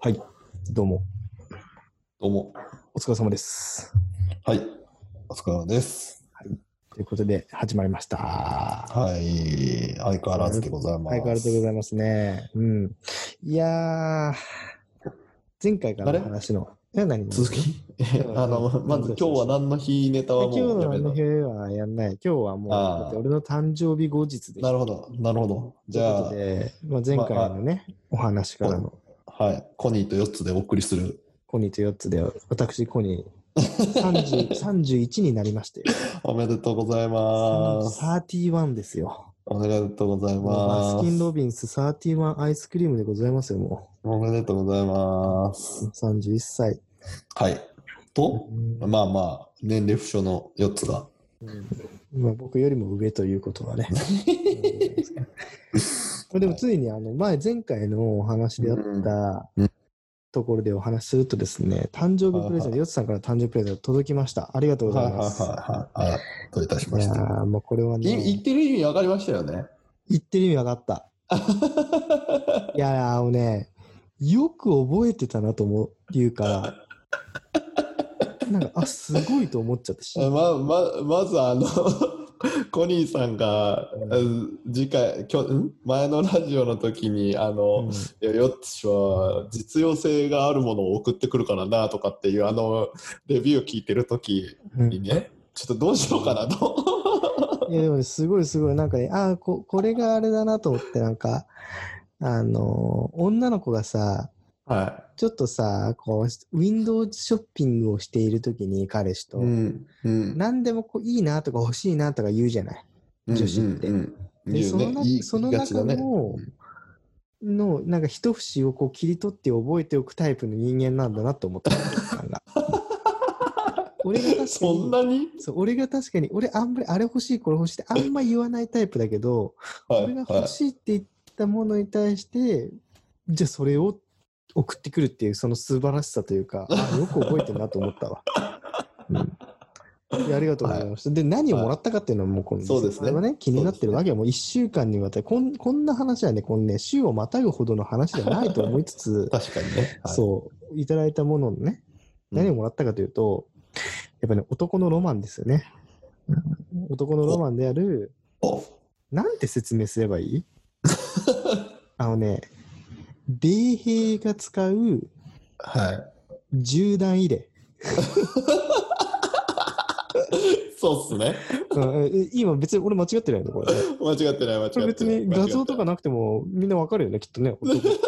はい、どうも。 どうも。 お疲れ様です。 はい、お疲れ様です。 はい、ということで、始まりました。 はい、相変わらずでございます。 相変わらずでございますね。うん。いやー、前回からの話の、何続きまず今日は何の日ネタはもう今日のやめた。 何の日はやんない。今日はもう、だって俺の誕生日後日で。 なるほど、なるほど。じゃあ、 ということで、前回のね、お話からの。 はい、コニーと4つでお送りする。 コニーと4つで、私、コニー、31になりまして。 おめでとうございます。 31ですよ。 おめでとうございます。 バスキンロビンス31アイスクリームでございますよ、もう。おめでとうございます。 31歳。 はい。と、まあ、年齢不詳の4つが。 まあ、僕よりも上ということはね。でもついに前回のお話であったところでお話しするとですね、誕生日プレゼント、ヨッツさんから誕生日プレゼント届きました。ありがとうございます。 どういたしまして。いやもうこれはね。 言ってる意味分かりましたよね。 言ってる意味分かった。いやね、よく覚えてたなと思ういうか、なんか、すごいと思っちゃったし。 まずコニーさんが、前のラジオの時に、ヨッツは実用性があるものを送ってくるからなとかっていうレビューを聞いてる時にね、ちょっとどうしようかなと。 いやでもすごい、なんかね、これがあれだなと思って、なんか、女の子がさ、 はい。 ちょっとさ、こう、ウィンドウショッピングをしているときに彼氏と、何でもこういいなとか欲しいなとか言うじゃない。女子って。で、その中の、なんか一節をこう切り取って覚えておくタイプの人間なんだなと思った。俺が確かに、 そんなに？ そう、俺あんまりあれ欲しい、これ欲しいってあんま言わないタイプだけど、俺が欲しいって言ったものに対して、じゃあそれを送ってくるっていうその素晴らしさというか、よく覚えてるなと思ったわ。ありがとうございました。で、何をもらったかっていうのはもうこのそうですね。 気になってるわけはもう1週間にわたり、こんな話はね、週をまたぐほどの話ではないと思いつつ、 確かにね。 そう、いただいたもののね、何をもらったかというと、やっぱね、男のロマンですよね。男のロマンである、なんて説明すればいい？米兵が使う、銃弾入れ。 そうっすね。 今別に俺間違ってないのこれ、ね。 間違ってない。 これ別に画像とかなくてもみんなわかるよね、きっとね。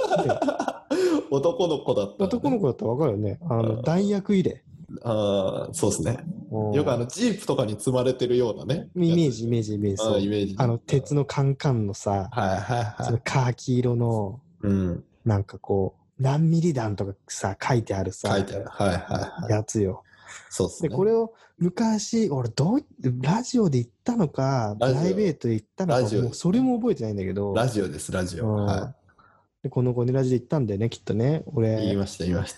男の子だった、 ね。男の子だったらわかるよね。弾薬入れ。 そうですね。よくジープとかに積まれてるようなね。 イメージ。そう。鉄のカンカンのさ、そのカーキ色の、なんかこう、何ミリ弾とかさ、書いてあるさ、やつよ。 そうですね。 で、これを昔、俺ラジオで言ったのか、プライベートで言ったのか、もうそれも覚えてないんだけど。 ラジオです、ラジオ。 で、このコネラジで言ったんだよね、きっとね。俺。 言いました。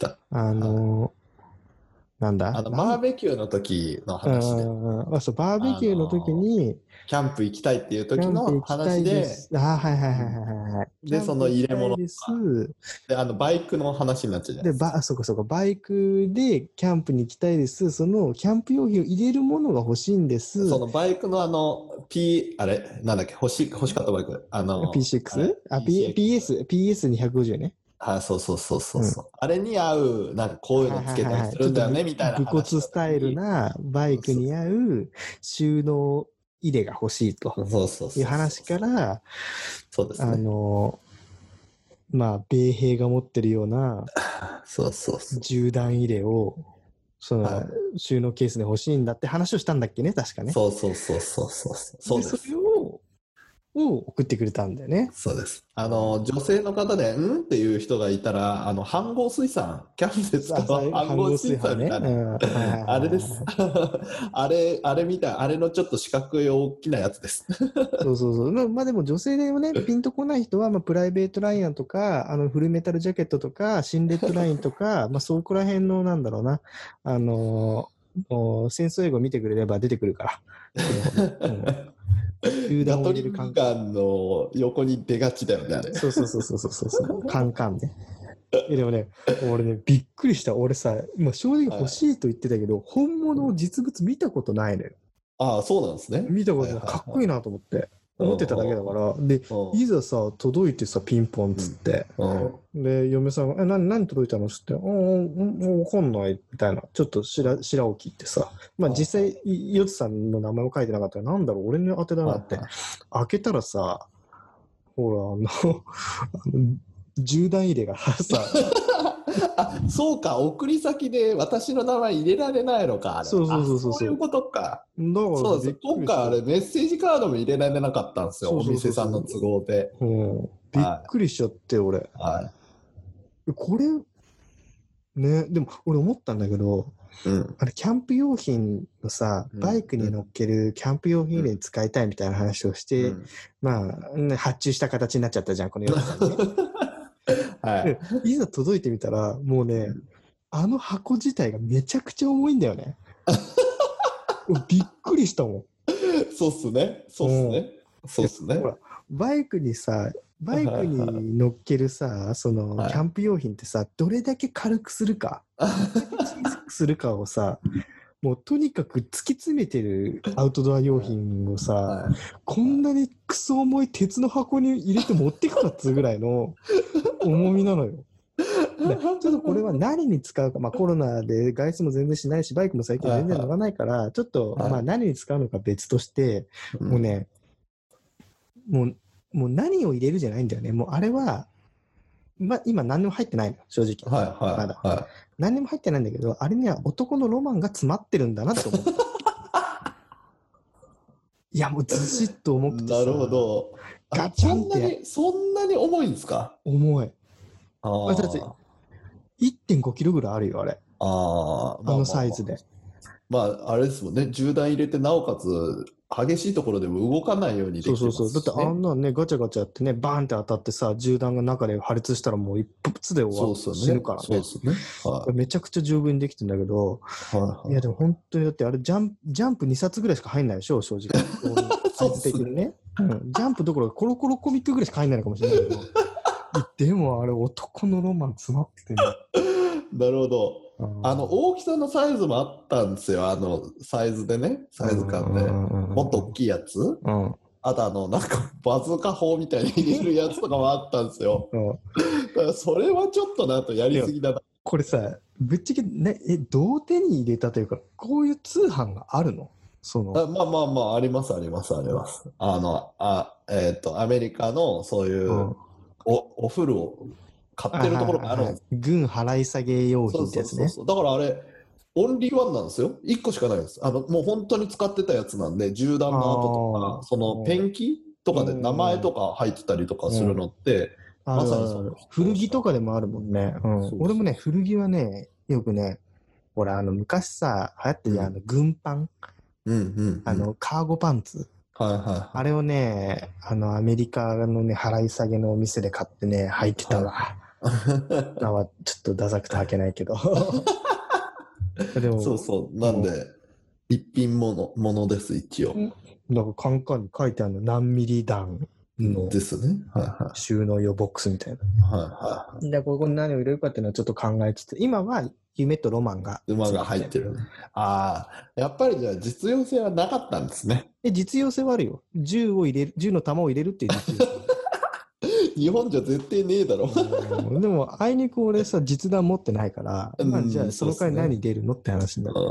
なんだバーベキューの時の話で。 そう、バーベキューの時に、 キャンプ行きたいっていう時の話で、 はい。 で、その入れ物で、 バイクの話になっちゃうじゃないですか。 そうか、バイクでキャンプに行きたいです。その、キャンプ用品を入れるものが欲しいんです。 そのバイクのなんだっけ、欲しかったバイク。 P6？PS250 ね。 そう。あれに合う、なんかこういうのつけたりするんだよね、みたいな。 武骨スタイルなバイクに合う収納入れが欲しいという話から、 そうですね。 米兵が持ってるような銃弾入れを、その収納ケースで欲しいんだって話をしたんだっけね、確かね。 そう。 それを送ってくれたんだよね。 そうです。女性の方で、っていう人がいたら、飯合水産、キャンプで使う飯合水産みたいな。あれです。あれみたい、あれのちょっと四角い大きなやつです。 そう。まあでも女性でもね、ピンとこない人は、プライベートライアンとか、フルメタルジャケットとか、シンレッドラインとか、そこら辺の、なんだろうな、戦争英語見てくれれば出てくるから。 ガトリンガンの横に出がちだよね、あれ。 そう。カンカンね。 でもね、俺ね、びっくりした。俺さ、今正直欲しいと言ってたけど、本物の実物見たことないのよ。 ああ、そうなんですね。 見たことない。かっこいいなと思って。思ってただけだから。で、いざさ、届いてさ、ピンポンっつって。で、嫁さんが、何届いたのっつって、わかんない、みたいな。ちょっと白置きってさ。まあ実際、ヨツさんの名前も書いてなかったら、なんだろう、俺の当てだなって。開けたらさ、ほら、10段入れがさ、 あ、そうか、送り先で私の名前入れられないのか、あれ。そういうことか。そうです。今回あれ、メッセージカードも入れられなかったんですよ、お店さんの都合で。 びっくりしちゃって、俺。これ、ね、でも俺思ったんだけど、あれ、キャンプ用品のさ、バイクに乗っけるキャンプ用品入れに使いたいみたいな話をして、まあ、発注した形になっちゃったじゃん、このヨツさんね。いざ届いてみたら、もうね、あの箱自体がめちゃくちゃ重いんだよね。びっくりしたもん。 そうっすね。 ほら、バイクに乗っけるさ、その、キャンプ用品ってさ、どれだけ軽くするか、どれだけ小さくするかをさ、もうとにかく突き詰めてるアウトドア用品をさ、こんなにクソ重い鉄の箱に入れて持ってくかっつうぐらいの重みなのよ。ちょっとこれは何に使うか、まあコロナで外出も全然しないし、バイクも最近全然乗らないから、ちょっとまあ何に使うのか別として、もうね、もう何を入れるじゃないんだよね。もうあれは、今何にも入ってないの、正直。まだ。何にも入ってないんだけど、あれには男のロマンが詰まってるんだなと思った。いや、もうずしっと重くてさ。 なるほど。ガチャンって。そんなに重いんですか？ 重い。だって 1.5 キロぐらいあるよ、あれ。あのサイズで。 まあ、あれですもんね。銃弾入れて、なおかつ、激しいところでも動かないようにできてますね。そう。 だってあんなね、ガチャガチャってね、バーンって当たってさ、銃弾が中で破裂したらもう一発で終わって死ぬからね。めちゃくちゃ丈夫にできてんだけど、いやでも本当にだってあれジャンプ2冊ぐらいしか入んないでしょ、正直。サイズ的にね。ジャンプどころかコロコロコミックぐらいしか入んないのかもしれないけど、でもあれ男のロマン詰まってる。 なるほど。大きさのサイズもあったんですよ。サイズでね、サイズ感で。もっと大きいやつ。あとなんかバズーカ砲みたいに入れるやつとかもあったんですよ。だからそれはちょっとなとやりすぎだな。 これさ、ぶっちゃけね、どう手に入れたというか、こういう通販があるの？ まあ、あります。アメリカのそういう、お風呂を買ってるところがあるんです。 軍払い下げ用品ってやつね。 だからあれ、オンリーワンなんですよ。1個しかないです。もう本当に使ってたやつなんで、銃弾の後とか、そのペンキとかで名前とか入ってたりとかするのって、まさにその古着とかでもあるもんね。俺もね、古着はね、よくね、ほら、昔さ、流行ってる軍パン、カーゴパンツ。あれをね、アメリカのね、払い下げのお店で買ってね、履いてたわ。今はちょっとダサくて履けないけど。 でもそう。なんで、一品ものです、一応。 なんかカンカンに書いてあるの、何ミリ弾のですね。 収納用ボックスみたいな。で、ここに何を入れるかっていうのはちょっと考えつつ、今は夢とロマンが入ってる。やっぱりじゃあ実用性はなかったんですね。 実用性はあるよ。銃の弾を入れるっていう実用性。 日本じゃ絶対ねえだろ。 でも、あいにく俺さ、実弾持ってないから、じゃあその代わり何出るのって話になる。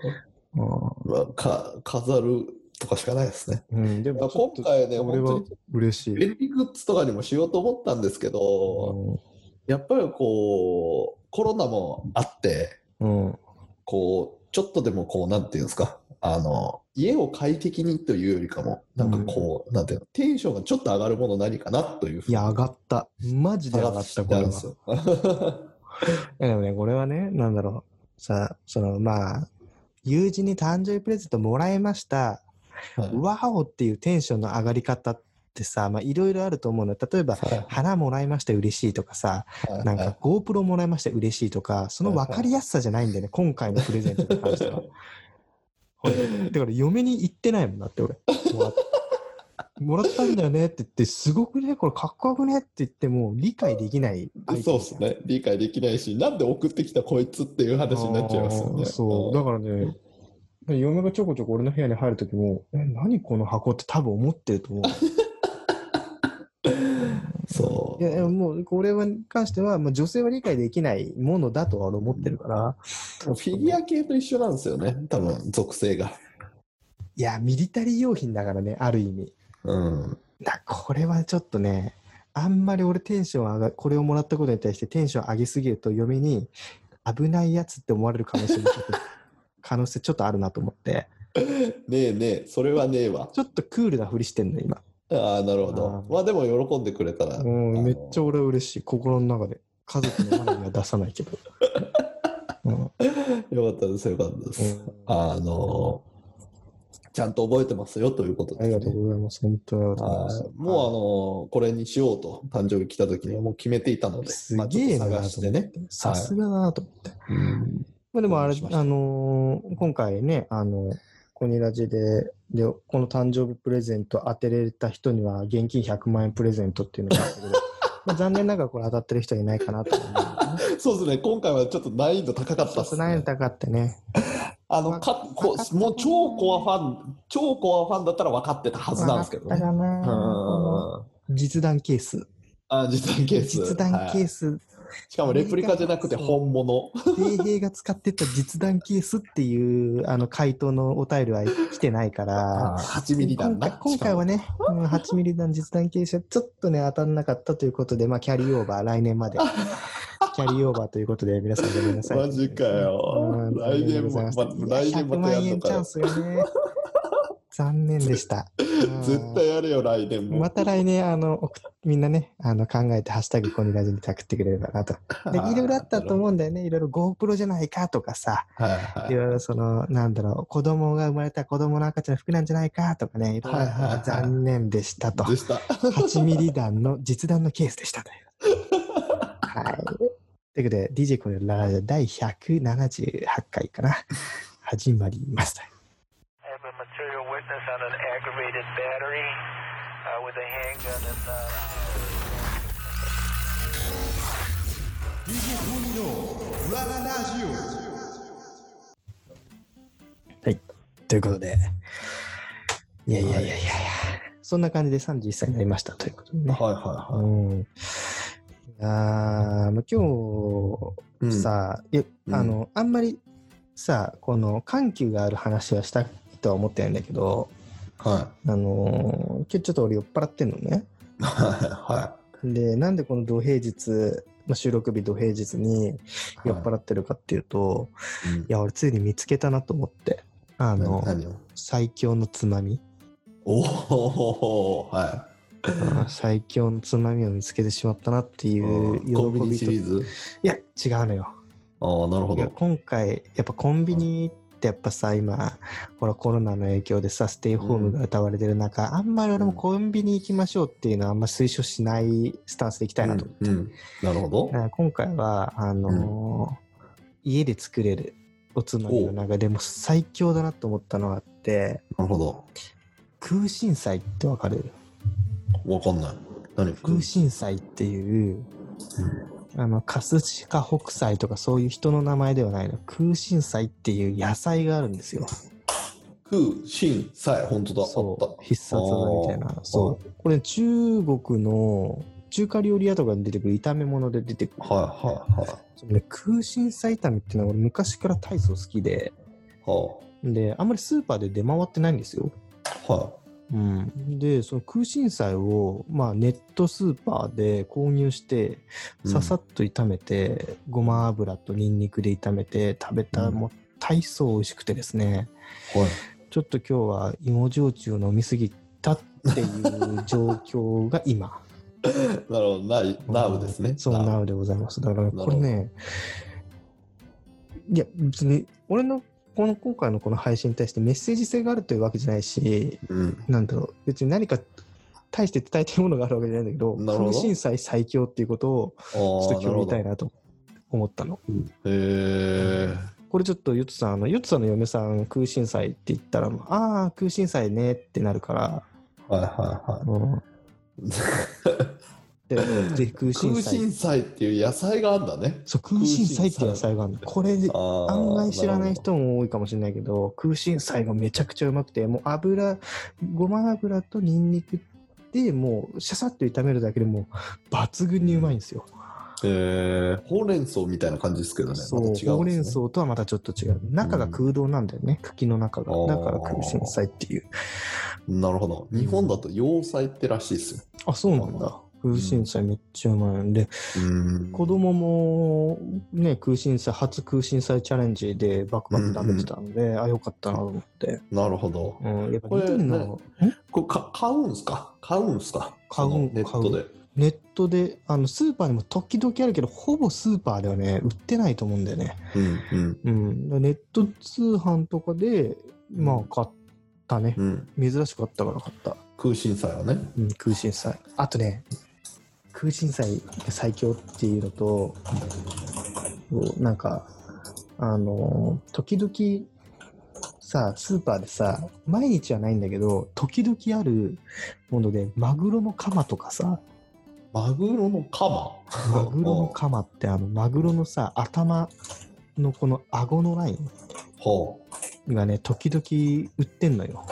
飾るとかしかないですね。 でも今回ね、 俺は嬉しい。 便利グッズとかにもしようと思ったんですけど、やっぱりコロナもあって、ちょっとでもなんていうんですか、家を快適にというよりかも、なんかなんていうの、テンションがちょっと上がるもの何かなというふうに。 いや、上がった。マジで上がった、これは。でもね、これはね、なんだろう。さ、友人に誕生日プレゼントもらいました。ワオっていうテンションの上がり方ってさ、いろいろあると思うの。例えば、花もらいました嬉しいとかさ、なんか GoPro もらいました嬉しいとか、その分かりやすさじゃないんだよね、今回のプレゼントに関しては。だから嫁に言ってないもんなって俺。 もらったんだよねって言って、すごくね、これかっこよくねって言っても理解できない相手。 そうですね。理解できないし、なんで送ってきたこいつっていう話になっちゃいますよね。 そう。だからね、嫁がちょこちょこ俺の部屋に入るときも、何この箱って多分思ってると思う。 そう。 いや、もう、これに関しては、女性は理解できないものだとは俺思ってるから。 フィギュア系と一緒なんですよね。多分、属性が。 いや、ミリタリー用品だからね、ある意味。これはちょっとね、あんまり俺テンション上が、これをもらったことに対してテンション上げすぎると嫁に危ないやつって思われる可能性ちょっとあるなと思って。 ねえ、それはねえわ。 ちょっとクールなふりしてんの、今。 ああ、なるほど。まあでも喜んでくれたら。 めっちゃ俺は嬉しい。心の中で。家族の前には出さないけど。 よかったです、よかったです。ちゃんと覚えてますよということです、ね。 ありがとうございます。本当にありがとうございます。 もうこれにしようと、誕生日来た時にはもう決めていたので、 すげえなと思ってね。さすがだなと思って。でもあれ、今回ね、コニラジで、この誕生日プレゼント当てれた人には現金100万円プレゼントっていうのがあったけど、残念ながらこれ当たってる人はいないかなと思う、 ね。そうですね、今回はちょっと難易度高かったですね。 難易度高かったね。 もう超コアファンだったら分かってたはずなんですけどね。 実弾ケース。 実弾ケース。 実弾ケース。 しかもレプリカじゃなくて本物。 米兵が使ってた実弾ケースっていう回答のお便りは来てないから、 8ミリ弾な。 今回はね、8ミリ弾実弾ケースはちょっとね、当たらなかったということで、キャリーオーバー、来年まで。キャリーオーバーということで、皆さんごめんなさい。 マジかよ。来年も 100万円チャンスがね。残念でした。 絶対やれよ、来年も。 また来年、みんなね、考えて、ハッシュタグコニラジに送ってくれればなと。で、いろいろあったと思うんだよね。いろいろ GoPro じゃないかとかさ、いろいろ子供が生まれた子供の赤ちゃんの服なんじゃないかとかね、いろいろ残念でしたと。8ミリ弾の実弾のケースでしたという。はい。ということで、DJ コニラジ第178回かな。始まりました。 material witness on an aggravated battery with a handgun and はい。ということで、いや、そんな感じで31歳になりましたということでね。今日さ、あんまりさ、この緩急がある話はしたとは思ってないんだけど、今日ちょっと俺酔っ払ってんのね。で、なんでこの土平日、収録日土平日に酔っ払ってるかっていうと、いや、俺ついに見つけたなと思って、最強のつまみ。最強のつまみを見つけてしまったなっていう喜びと。 コンビニシリーズ？ いや、違うのよ。 なるほど。 今回、やっぱコンビニってやっぱさ、今、ほらコロナの影響でさ、ステイホームが歌われてる中、あんまり俺もコンビニ行きましょうっていうのはあんま推奨しないスタンスでいきたいなと思って。 なるほど。 今回は、家で作れるおつまみの中でも最強だなと思ったのがあって、 なるほど。 空心菜ってわかる？ わかんない。何？ 空心菜っていう、カスシカ北斎とかそういう人の名前ではないの。空心菜っていう野菜があるんですよ。 空心菜、本当だ。 そう。必殺技みたいな。そう。これ中国の中華料理屋とかに出てくる炒め物で出てくる。空心菜炒めっていうのは俺昔から大層好きで、で、あんまりスーパーで出回ってないんですよ。で、その空心菜を、ネットスーパーで購入して、ささっと炒めて、ごま油とニンニクで炒めて食べたらもう大層美味しくてですね、ちょっと今日は芋焼酎飲みすぎたっていう状況が今。 なるほど、ナウですね。 そう、ナウでございます。だからこれね、いや、別に俺の今回のこの配信に対してメッセージ性があるというわけじゃないし、なんだろう、別に何か大して伝えたいものがあるわけじゃないんだけど、空心菜最強っていうことをちょっと今日言いたいなと思ったの。これちょっとヨッツさんの嫁さん空心菜って言ったら、空心菜ねってなるから、 はいはいはい。 うんで空心菜っていう野菜があるんだね。 そう、空心菜っていう野菜があるの。これで案外知らない人も多いかもしれないけど、空心菜がめちゃくちゃうまくて、もうごま油とニンニクでもうシャサッと炒めるだけでもう抜群にうまいんですよ。 ほうれん草みたいな感じですけどね。 そう、 また違うんですね。 ほうれん草とはまたちょっと違う。中が空洞なんだよね、茎の中が。だから空心菜っていう。 なるほど。日本だと洋菜ってらしいですよ。 あ、そうなんだ。空心菜めっちゃうまいんで、子供もね、初空心菜チャレンジでバクバク食べてたんで、あ、よかったなと思って。 なるほど。 やっぱ緑の、 これ買うんすか買うネットで。 ネットで、スーパーにも時々あるけど、ほぼスーパーではね、売ってないと思うんだよね。ネット通販とかで、まあ、買ったね。珍しかったから買った。 空心菜はね。 空心菜。あとね、空心菜が最強っていうのと、なんか、時々さ、スーパーでさ、毎日はないんだけど、時々あるもので、マグロのカマとかさ、 マグロのカママグロのカマってマグロのさ、頭のこの顎のラインがね、時々売ってんのよ。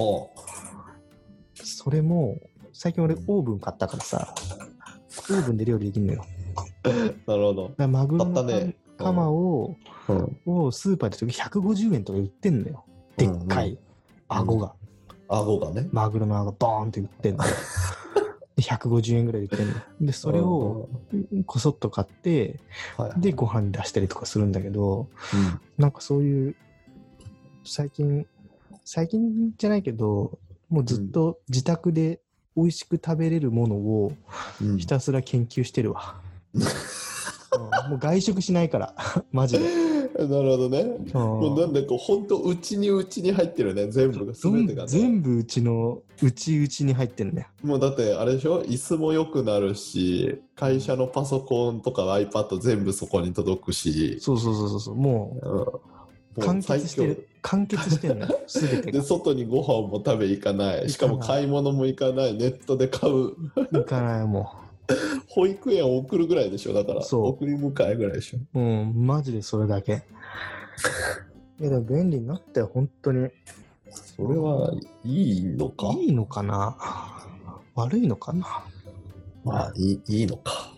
それも、最近俺オーブン買ったからさ、オーブンで料理できるのよ。 なるほど。 マグロのカマをスーパーで時150円とか売ってんのよ。でっかい顎が。 顎がね。 マグロの顎ボーンって売ってんのよ。150円ぐらいで売ってんの。で、それをこそっと買って、で、ご飯に出したりとかするんだけど、なんかそういう、最近じゃないけど、もうずっと自宅で美味しく食べれるものをひたすら研究してるわ。もう外食しないからマジで。 なるほどね。もうなんだか本当うちに入ってるね、全部が全てがね。 全部うちに入ってるね。 もうだってあれでしょ、椅子も良くなるし、会社のパソコンとか iPad 全部そこに届くし。 そうもう完結してるね、すべてが。 で外にご飯も食べ行かない、しかも買い物も行かない、ネットで買う。 行かないもう。 保育園を送るぐらいでしょ、だから送り迎えぐらいでしょ。 マジでそれだけ。いやでも便利になったよ本当に。 それはいいのか？ いいのかな？悪いのかな？ まあいいのか。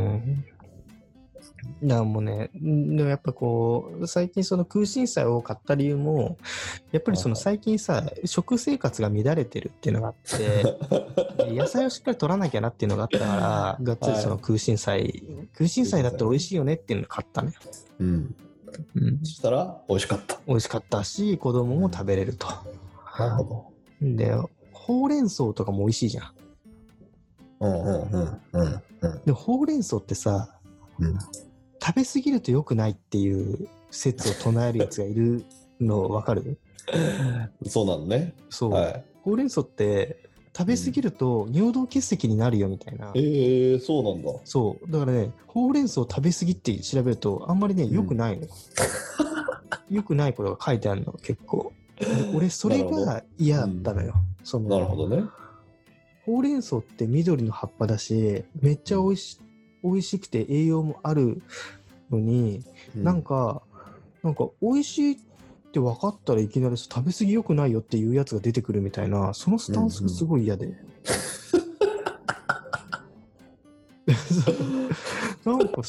いやもうね、でもやっぱこう最近その空心菜を買った理由もやっぱりその最近さ、食生活が乱れてるっていうのがあって野菜をしっかり取らなきゃなっていうのがあったからがっつりその空心菜だったら美味しいよねっていうのを買ったね。 そしたら美味しかったし子供も食べれると。 なるほど。でほうれん草とかも美味しいじゃん。でほうれん草ってさ、食べ過ぎると良くないっていう説を唱えるやつがいるの分かる？ そうなのね。 そう、ほうれん草って食べ過ぎると尿道結石になるよみたいな。 そうなんだ。 そうだからね、ほうれん草食べ過ぎって調べるとあんまりね良くないの。良くないことが書いてあるの結構。で俺それが嫌だったのよ。 なるほどね。 ほうれん草って緑の葉っぱだしめっちゃ美味しくて栄養もあるのに、なんか美味しいって分かったらいきなり食べ過ぎ良くないよっていうやつが出てくるみたいな、そのスタンスがすごい嫌で。なんか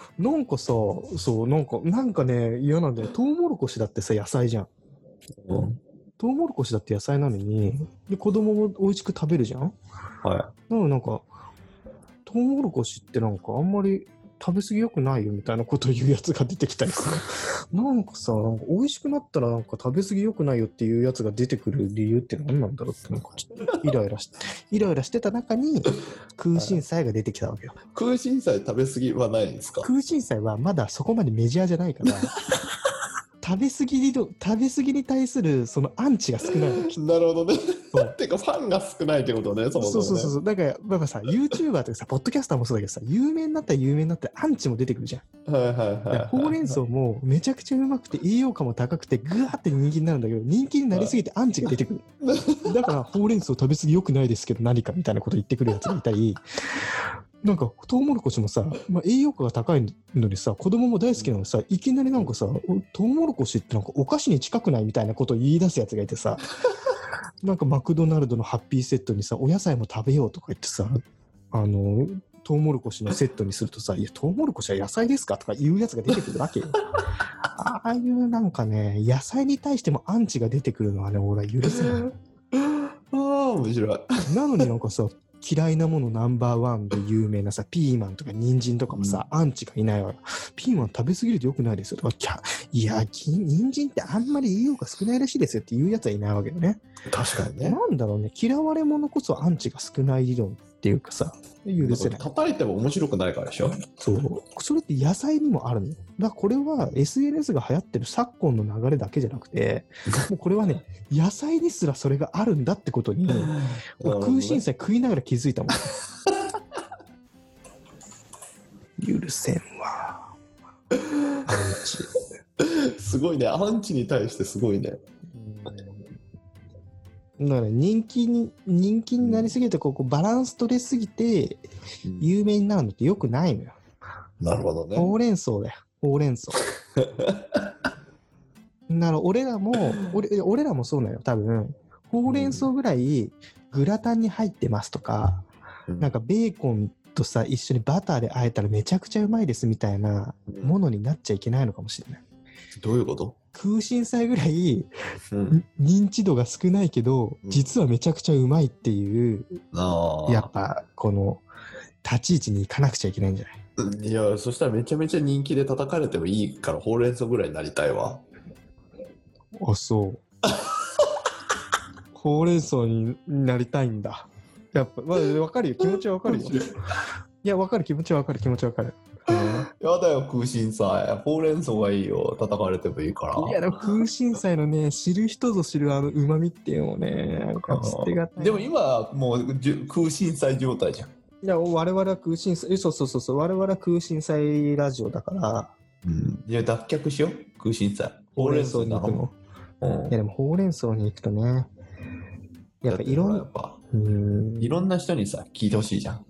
ね嫌なんだよ。トウモロコシだってさ野菜じゃん。トウモロコシだって野菜なのにで子供も美味しく食べるじゃん。なんかトウモロコシってなんかあんまり食べ過ぎ良くないよみたいなことを言うやつが出てきたりさなんか美味しくなったらなんか食べ過ぎ良くないよっていうやつが出てくる理由って何なんだろうってなんかちょっとイライラしてた中に空心菜が出てきたわけよ。 空心菜食べ過ぎはないんですか？ 空心菜はまだそこまでメジャーじゃないから食べ過ぎに対するそのアンチが少ない。 なるほどね。 てかファンが少ないってことね、そもそもね。 そう。だからやっぱさ、YouTuber とかさ、ポッドキャスターもそうだけどさ、有名になったらアンチも出てくるじゃん。ほうれん草もめちゃくちゃうまくて栄養価も高くてぐわーって人気になるんだけど、人気になりすぎてアンチが出てくる。だからほうれん草食べ過ぎ良くないですけど何かみたいなこと言ってくるやつがいたり、なんかトウモロコシもさ、栄養価が高いのにさ、子供も大好きなのにさ、いきなりなんかさ、トウモロコシってなんかお菓子に近くないみたいなことを言い出すやつがいてさ、なんかマクドナルドのハッピーセットにさ、お野菜も食べようとか言ってさ、トウモロコシのセットにするとさ、いや、トウモロコシは野菜ですかとか言うやつが出てくるわけよ。ああいうなんかね、野菜に対してもアンチが出てくるのはね、俺は許せない。 面白い。 なのになんかさ、嫌いなものナンバーワンで有名なさ、ピーマンとか人参とかもさ、アンチがいないわ。ピーマン食べ過ぎると良くないですよとか、いや、人参ってあんまり栄養価少ないらしいですよっていうやつはいないわけよね。 確かにね。 なんだろうね、嫌われ者こそアンチが少ない理論っていうかさ、許せない。 叩いても面白くないからでしょ。 そう。それって野菜にもあるのよ。だからこれは SNS が流行ってる昨今の流れだけじゃなくて、もうこれはね、野菜にすらそれがあるんだってことに、空心菜食いながら気づいたもん。許せんわ。アンチ。すごいね。アンチに対してすごいね。 だから人気になりすぎてこうバランス取れすぎて有名になるのってよくないのよ。 なるほどね。 ほうれん草だよ。ほうれん草。なら俺らもそうなのよ。多分ほうれん草ぐらいグラタンに入ってますとか、なんかベーコンとさ一緒にバターで和えたらめちゃくちゃうまいですみたいなものになっちゃいけないのかもしれない。 どういうこと？ 空心菜ぐらい、認知度が少ないけど、実はめちゃくちゃうまいっていう、やっぱこの立ち位置に行かなくちゃいけないんじゃない？ いや、そしたらめちゃめちゃ人気で叩かれてもいいからほうれん草ぐらいになりたいわ。 あ、そうほうれん草になりたいんだ。やっぱ、まあ、分かるよ、気持ちは分かるよ。いや、分かる、気持ちは分かる、気持ちは分かる。 やだよ、空心菜。ほうれん草がいいよ。叩かれてもいいから。 いや、でも空心菜のね、知る人ぞ知る旨味っていうのをね、なんか捨てがたい。 でも今、もう空心菜状態じゃん。 いや、我々は空心菜、そう、我々は空心菜ラジオだから。 いや、脱却しよう、空心菜。 ほうれん草に行くの。いや、でもほうれん草に行くとね、やっぱいろんな人にさ、聞いてほしいじゃん。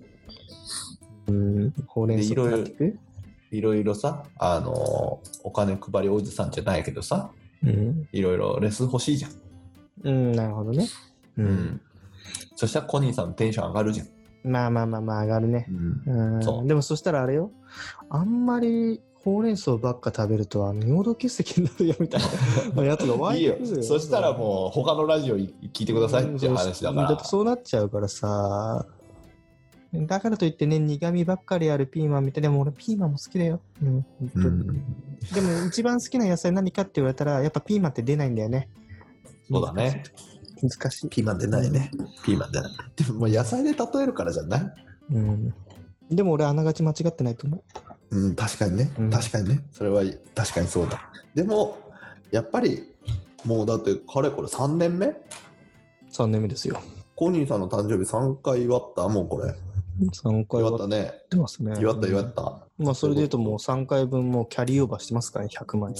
ほうれん草買ってく？ いろいろさ、お金配りおじさんじゃないけどさ、いろいろレッスン欲しいじゃん。 なるほどね。 そしたらコニーさんのテンション上がるじゃん。 まあ上がるね。でもそしたらあれよ、あんまりほうれん草ばっか食べると尿道結石になるよみたいなやつが湧いてくるよ。 いいよ。そしたらもう他のラジオ聞いてくださいっていう話だから。 だってそうなっちゃうからさ。だからといってね、苦味ばっかりあるピーマンみたいな。でも俺ピーマンも好きだよ。でも一番好きな野菜何かって言われたら、やっぱピーマンって出ないんだよね。 そうだね。 難しい。 ピーマン出ないね。ピーマン出ない。でももう野菜で例えるからじゃない？ でも俺あながち間違ってないと思う。確かにね。確かにね。それは確かにそうだ。でも、やっぱり、もうだってかれこれ3年目？ 3年目ですよ。 コニーさんの誕生日3回祝った？もうこれ。 3回祝ったね。 出ますね。 祝った。 まあそれで言うともう3回分もうキャリーオーバーしてますからね、100万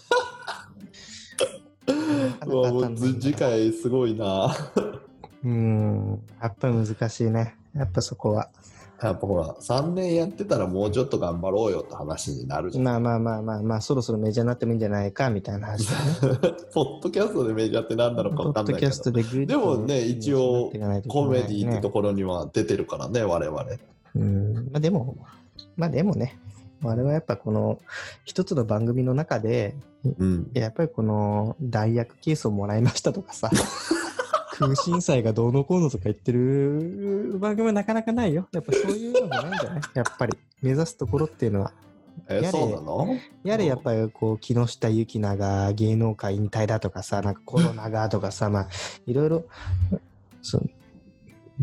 円はね。もう次回すごいな。 やっぱり難しいね。やっぱそこは。 やっぱほら、3年やってたらもうちょっと頑張ろうよって話になるじゃん。 まあ、そろそろメジャーになってもいいんじゃないかみたいな話だね。 ポッドキャストでメジャーって何なのか分かんないけど。 ポッドキャストででもね、一応、コメディってところには出てるからね、我々。 まあでもね、我々はやっぱこの一つの番組の中で、やっぱりこの代役ケースをもらいましたとかさ、空心菜がどうのこうのとか言ってる番組はなかなかないよ。やっぱそういうのがないんじゃない？やっぱり目指すところっていうのは。 そうなの？ やれやっぱりこう木下ゆきなが芸能界引退だとかさ、なんかコロナがとかさ、まあいろいろ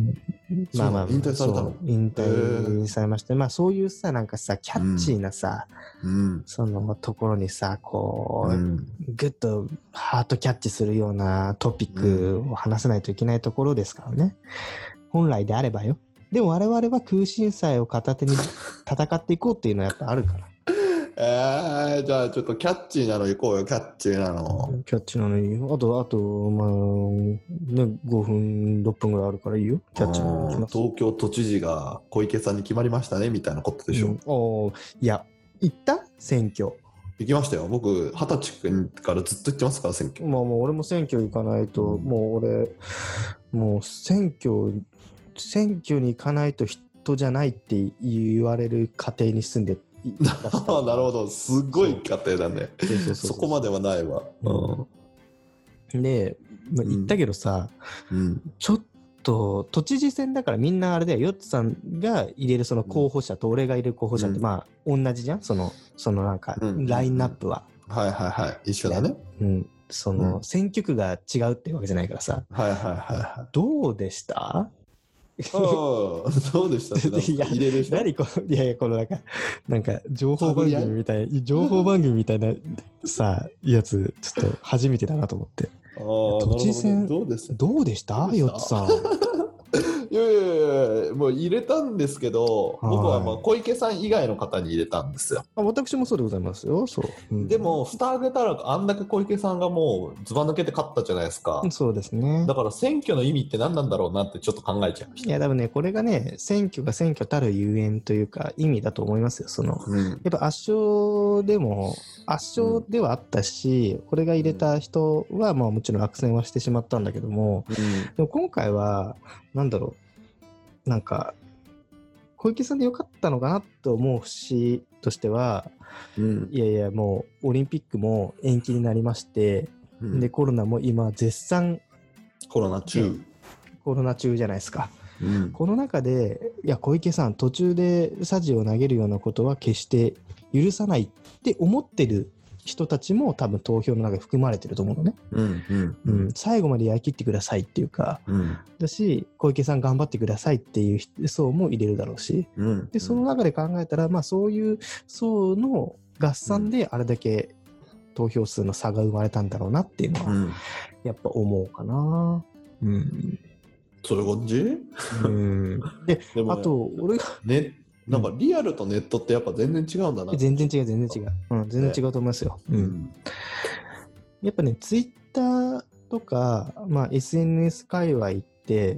まあまあ、 引退されたの？ 引退されまして、まあそういうさ、なんかさ、キャッチーなさ、そのところにさ、こう、ぐっとハートキャッチするようなトピックを話さないといけないところですからね。本来であればよ。でも我々は空心菜を片手に戦っていこうっていうのはやっぱあるから。 じゃあちょっとキャッチーなの行こうよ、キャッチーなの。 キャッチーなのいいよ。あと、まあ、ね、5分、6分ぐらいあるからいいよ。キャッチーなの行きます。 東京都知事が小池さんに決まりましたね、みたいなことでしょ。 いや、行った選挙。 行きましたよ。僕、20歳からずっと行ってますから、選挙。 まあもう俺も選挙行かないと、もう俺、もう選挙に行かないと人じゃないって言われる家庭に住んでなるほど、すごい家庭だね。そこまではないわ。 で、まあ、言ったけどさ、ちょっと都知事選だからみんなあれだよ、ヨッツさんが入れるその候補者と俺が入れる候補者ってまあ同じじゃん、そのなんかラインナップは。 はいはいはい、一緒だね。 その選挙区が違うっていうわけじゃないからさ。 はいはいはい。 どうでした？ どうでしたって入れる人？ 何この、いやこのなんか情報番組みたいなさやつちょっと初めてだなと思って。都知事選どうでしたヨッツさん。 いやもう入れたんですけど、僕はまあ小池さん以外の方に入れたんですよ。 私もそうでございますよ。そう、 でも蓋開けたらあんだけ小池さんがもうずば抜けて勝ったじゃないですか。 そうですね。だから選挙の意味って何なんだろうなってちょっと考えちゃいました。 いや多分ね、これがね、選挙が選挙たるゆえんというか意味だと思いますよ。その、やっぱ圧勝ではあったし、これが入れた人はまあもちろん落選はしてしまったんだけども、でも今回はなんだろう、なんか小池さんでよかったのかなと思う節としては、いやもうオリンピックも延期になりまして、でコロナも今絶賛コロナ中じゃないですか。この中でいや小池さん途中でサジを投げるようなことは決して許さないって思ってる人たちも多分投票の中に含まれてると思うのね。最後までやりきってくださいっていうか、だし小池さん頑張ってくださいっていう層も入れるだろうし、でその中で考えたらまあそういう層の合算であれだけ投票数の差が生まれたんだろうなっていうのはやっぱ思うかな。 そういう感じ？ であと俺がなんかリアルとネットってやっぱ全然違うんだな。 全然違う。全然違うと思いますよ。やっぱね、ツイッターとか、まあ、SNS 界隈って、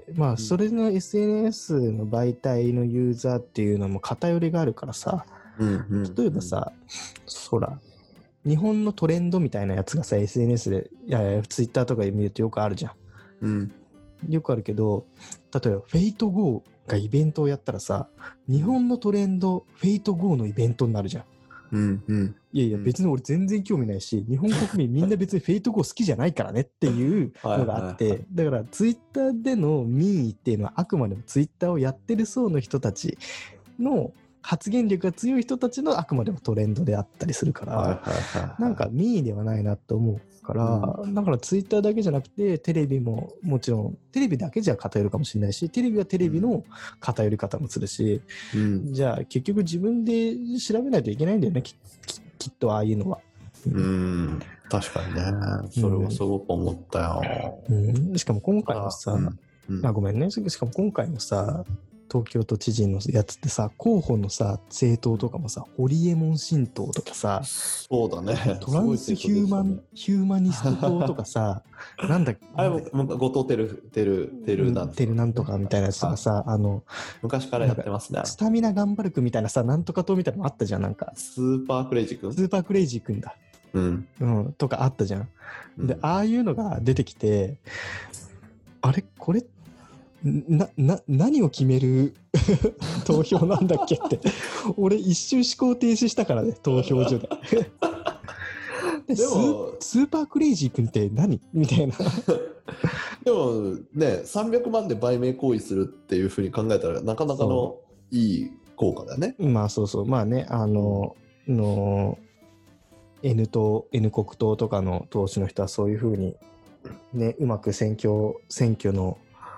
まあ、それの SNS の媒体のユーザーっていうのも偏りがあるからさ、例えばさ、ほら、日本のトレンドみたいなやつがさ、SNS で、ツイッターとかで見るとよくあるじゃん。よくあるけど、例えば、フェイト GO がイベントをやったらさ、日本のトレンド、フェイト GO のイベントになるじゃん。いや別に俺全然興味ないし、日本国民みんな別にフェイト GO 好きじゃないからねっていうのがあって、だからツイッターでの民意っていうのはあくまでもツイッターをやってる層の人たちの発言力が強い人たちのあくまでもトレンドであったりするから、なんか民意ではないなと思うから、だからツイッターだけじゃなくてテレビももちろんテレビだけじゃ偏るかもしれないし、テレビはテレビの偏り方もするし、じゃあ結局自分で調べないといけないんだよね、きっとああいうのは。 確かにね、それはすごく思ったよ。 しかも今回のさ、ごめんね、しかも今回のさ東京都知事のやつってさ、候補のさ政党とかもさ、ホリエモン新党とかさ、 そうだね、 トランスヒューマニスト党とかさ、なんだっけ、 あれも後藤テルなんとかみたいなやつとかさ、 昔からやってますね。 スタミナ頑張るくみたいなさ、なんとか党みたいなのあったじゃん、なんかスーパークレイジー君だ。とかあったじゃん。で、ああいうのが出てきて、あれこれ何を決める投票なんだっけって俺一瞬思考停止したからね、投票所ででもスーパークレイジー君って何みたいなでもね、300万で売名行為するっていうふうに考えたらなかなかのいい効果だね。 まあそうまあね、N 国党とかの党首の人はそういうふうにね、うまく選挙の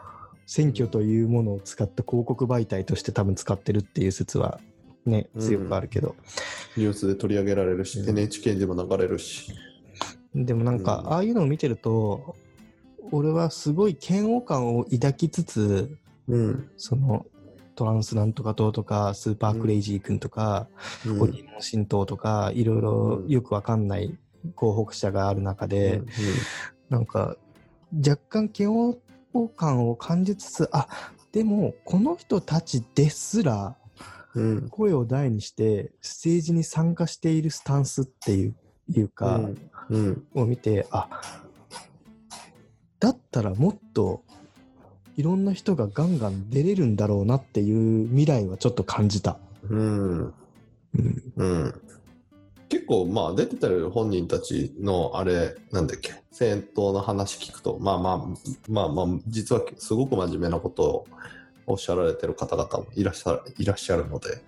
選挙というものを使った広告媒体として多分使ってるっていう説はね、強くあるけど、 ニュースで取り上げられるし、NHK でも流れるし。 でもなんか、ああいうのを見てると、俺はすごい嫌悪感を抱きつつ、そのトランスなんとか党とかスーパークレイジー君とか、オリノン新党とかいろいろよくわかんない候補者がある中で、なんか若干嫌悪感を感じつつ、でもこの人たちですら声を大にして政治に参加しているスタンスっていうか、を見て、だったらもっといろんな人がガンガン出れるんだろうなっていう未来はちょっと感じた。 結構まあ出てたる本人たちのあれなんだっけ、戦闘の話聞くとまあ実はすごく真面目なことをおっしゃられてる方々もいらっしゃるので、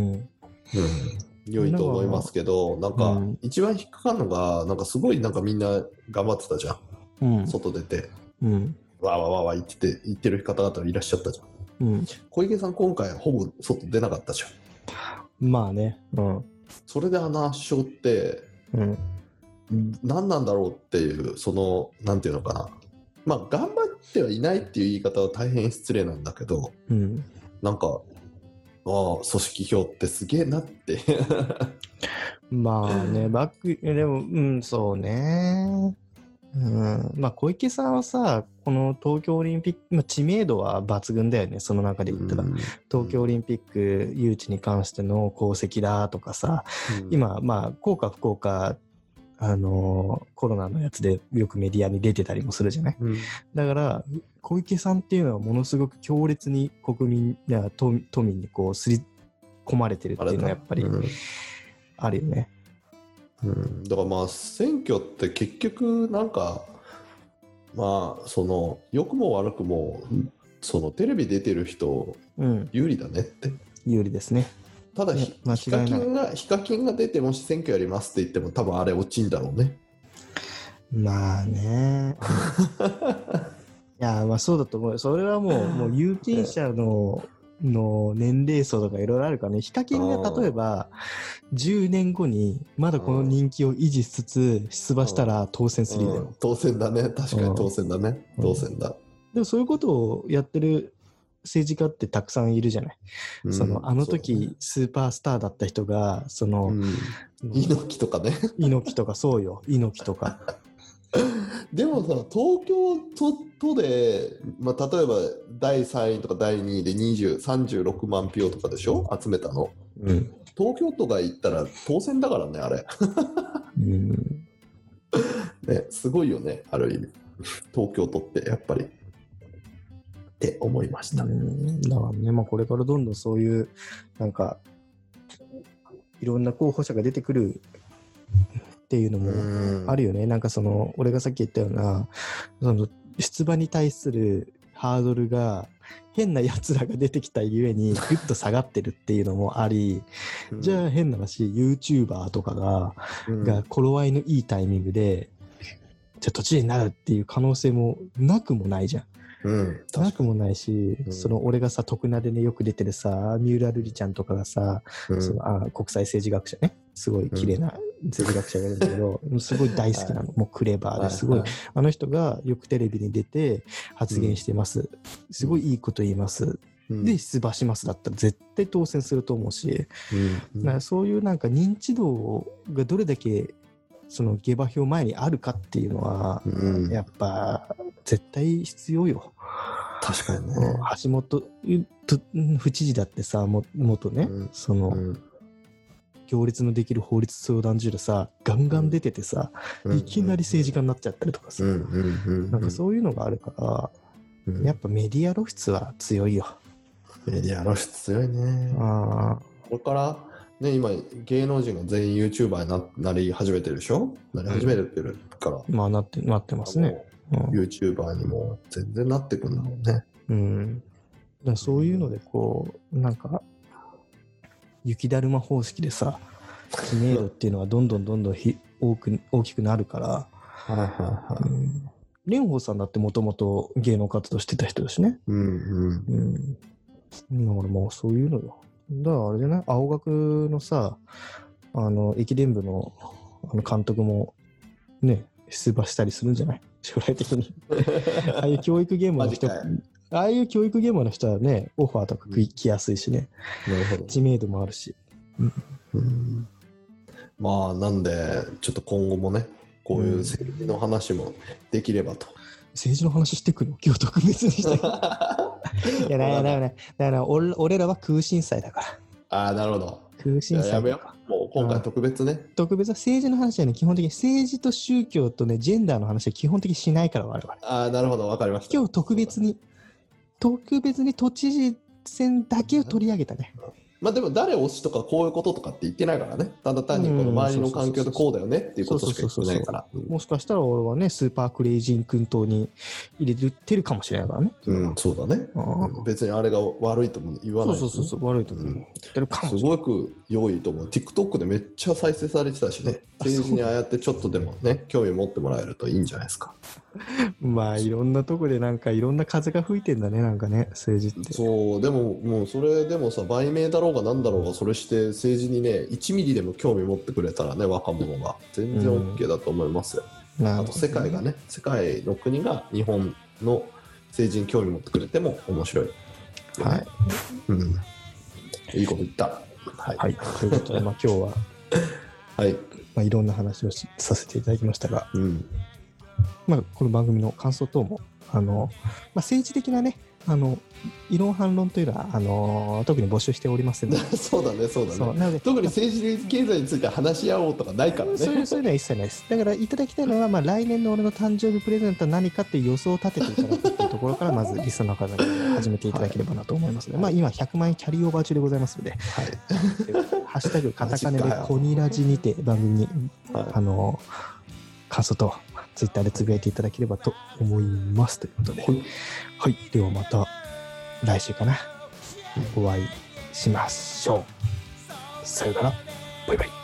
良いと思いますけど、なんか一番引っかかるのがなんかすごいなんかみんな頑張ってたじゃん、外出て。わー言ってる方々いらっしゃったじゃん。小池さん今回ほぼ外出なかったじゃん。まあね。 それで圧勝って、何なんだろうっていう、そのなんていうのかな。まあ頑張ってはいないっていう言い方は大変失礼なんだけど、なんか組織票ってすげえなって。 まあね、でもそうね。まあ小池さんはさ、この東京オリンピック、知名度は抜群だよね。その中で言ったら、東京オリンピック誘致に関しての功績だとかさ、今まあ効果不効果コロナのやつでよくメディアに出てたりもするじゃない、だから小池さんっていうのはものすごく強烈に国民や都民にこう刷り込まれてるっていうのはやっぱりあるよね。 だからまあ選挙って結局なんかまあその良くも悪くもそのテレビ出てる人有利だねって、 有利ですね。 ただヒカキンが出てもし選挙やりますって言っても多分あれ落ちんだろうね。 まあね。いやまあそうだと思うよ。それはもう有権者の年齢層とかいろいろあるからね。ヒカキンが例えば10年後にまだこの人気を維持しつつ出馬したら当選するよ。 当選だね。確かに当選だね。当選だ。 でもそういうことをやってる政治家ってたくさんいるじゃない。あの時スーパースターだった人が猪木とかね。 猪木とかそうよ。猪木とか。 でもさ、東京都で、まあ、例えば第3位とか第2位で36万票とかでしょ、集めたの。東京都が行ったら当選だからね、あれ。ね、すごいよね、ある意味。東京都ってやっぱり。って思いました。 だからね、まあ、これからどんどんそういう、なんか、いろんな候補者が出てくるっていうのもあるよね。なんか俺がさっき言ったような、出馬に対するハードルが変なやつらが出てきたゆえにぐっと下がってるっていうのもあり、じゃあ変な話、YouTuber とかが頃合いのいいタイミングで、じゃあ都知事になるっていう可能性もなくもないじゃん。なくもないし、俺がさ、徳名でね、よく出てるさ、三浦瑠麗ちゃんとかがさ、国際政治学者ね、すごい綺麗な政治学者がいるんだけど、すごい大好きなの、もうクレバーですごい、あの人がよくテレビに出て発言してます。すごいいいこと言います。で、出馬しますだったら絶対当選すると思うし、だからそういうなんか認知度がどれだけ下馬評前にあるかっていうのは、やっぱ絶対必要よ。 確かにね。 橋本府知事だってさ、元ね、行列のできる法律相談所でさ、ガンガン出ててさ、いきなり政治家になっちゃったりとかさ、なんかそういうのがあるから、やっぱメディア露出は強いよ。 メディア露出強いね。これからね、今芸能人が全員 YouTuber になり始めてるでしょ。なり始めてるから。 まあなってますね。 YouTuber にも全然なってくんだもんね。 だそういうのでなんか雪だるま方式でさ、知名度っていうのはどんどん大きくなるから、 蓮舫さんだってもともと芸能活動してた人だしね。だからもうそういうのよ。だからあれじゃない、青学のさ、駅伝部の監督もね、出馬したりするんじゃない、将来的に。ああいう教育現場の人、はね、オファーとか来やすいしね。 なるほど。 知名度もあるし。 まあ、なんで、ちょっと今後もね、こういう政治の話もできればと。 政治の話してくるの今日特別にした。いや、だから俺らは空心菜だから。 ああ、なるほど。 空心菜。 やめよう。もう今回特別ね。 特別は政治の話はね、基本的に政治と宗教とね、ジェンダーの話は基本的にしないから、我々。 ああ、なるほど。わかりました。 今日特別に都知事選だけを取り上げたね。 まあでも誰推しとかこういうこととかって言ってないからね。ただ単にこの周りの環境でこうだよねっていうことしか言ってないから。 もしかしたら俺はね、スーパークレイジー君党に入れてるかもしれないからね。 そうだね。別にあれが悪いとも言わない。 そう、悪いと思う。 すごく良いと思う。TikTok でめっちゃ再生されてたしね。政治にああやってちょっとでもね、興味持ってもらえるといいんじゃないですか。 まあいろんなとこでなんかいろんな風が吹いてんだね、なんかね、政治って。 そう、でももうそれでもさ、売名だろうがなんだろうがそれして政治にね、1ミリでも興味持ってくれたらね、若者が全然 OK だと思いますよ。あと世界がね、世界の国が日本の政治に興味持ってくれても面白い。 はい。 いいこと言った。 はい。ということで、まあ今日は、 はい。 まあいろんな話をさせていただきましたが、まあこの番組の感想等も、まあ政治的なね、異論反論というのは特に募集しておりますのでそうだねなので特に政治経済について話し合おうとかないからね。 そういうのは一切ないです。だからいただきたいのは、まあ、来年の俺の誕生日プレゼントは何かっていう予想を立てていただくっていうところからまずリスナーの方に始めていただければなと思いますので、まあ今100万円キャリーオーバー中でございますので、ハッシュタグカタカナでコニラジにて番組に感想とツイッターでつぶやいていただければと思いますということで、はい、ではまた来週かな、お会いしましょう。さよなら、バイバイ。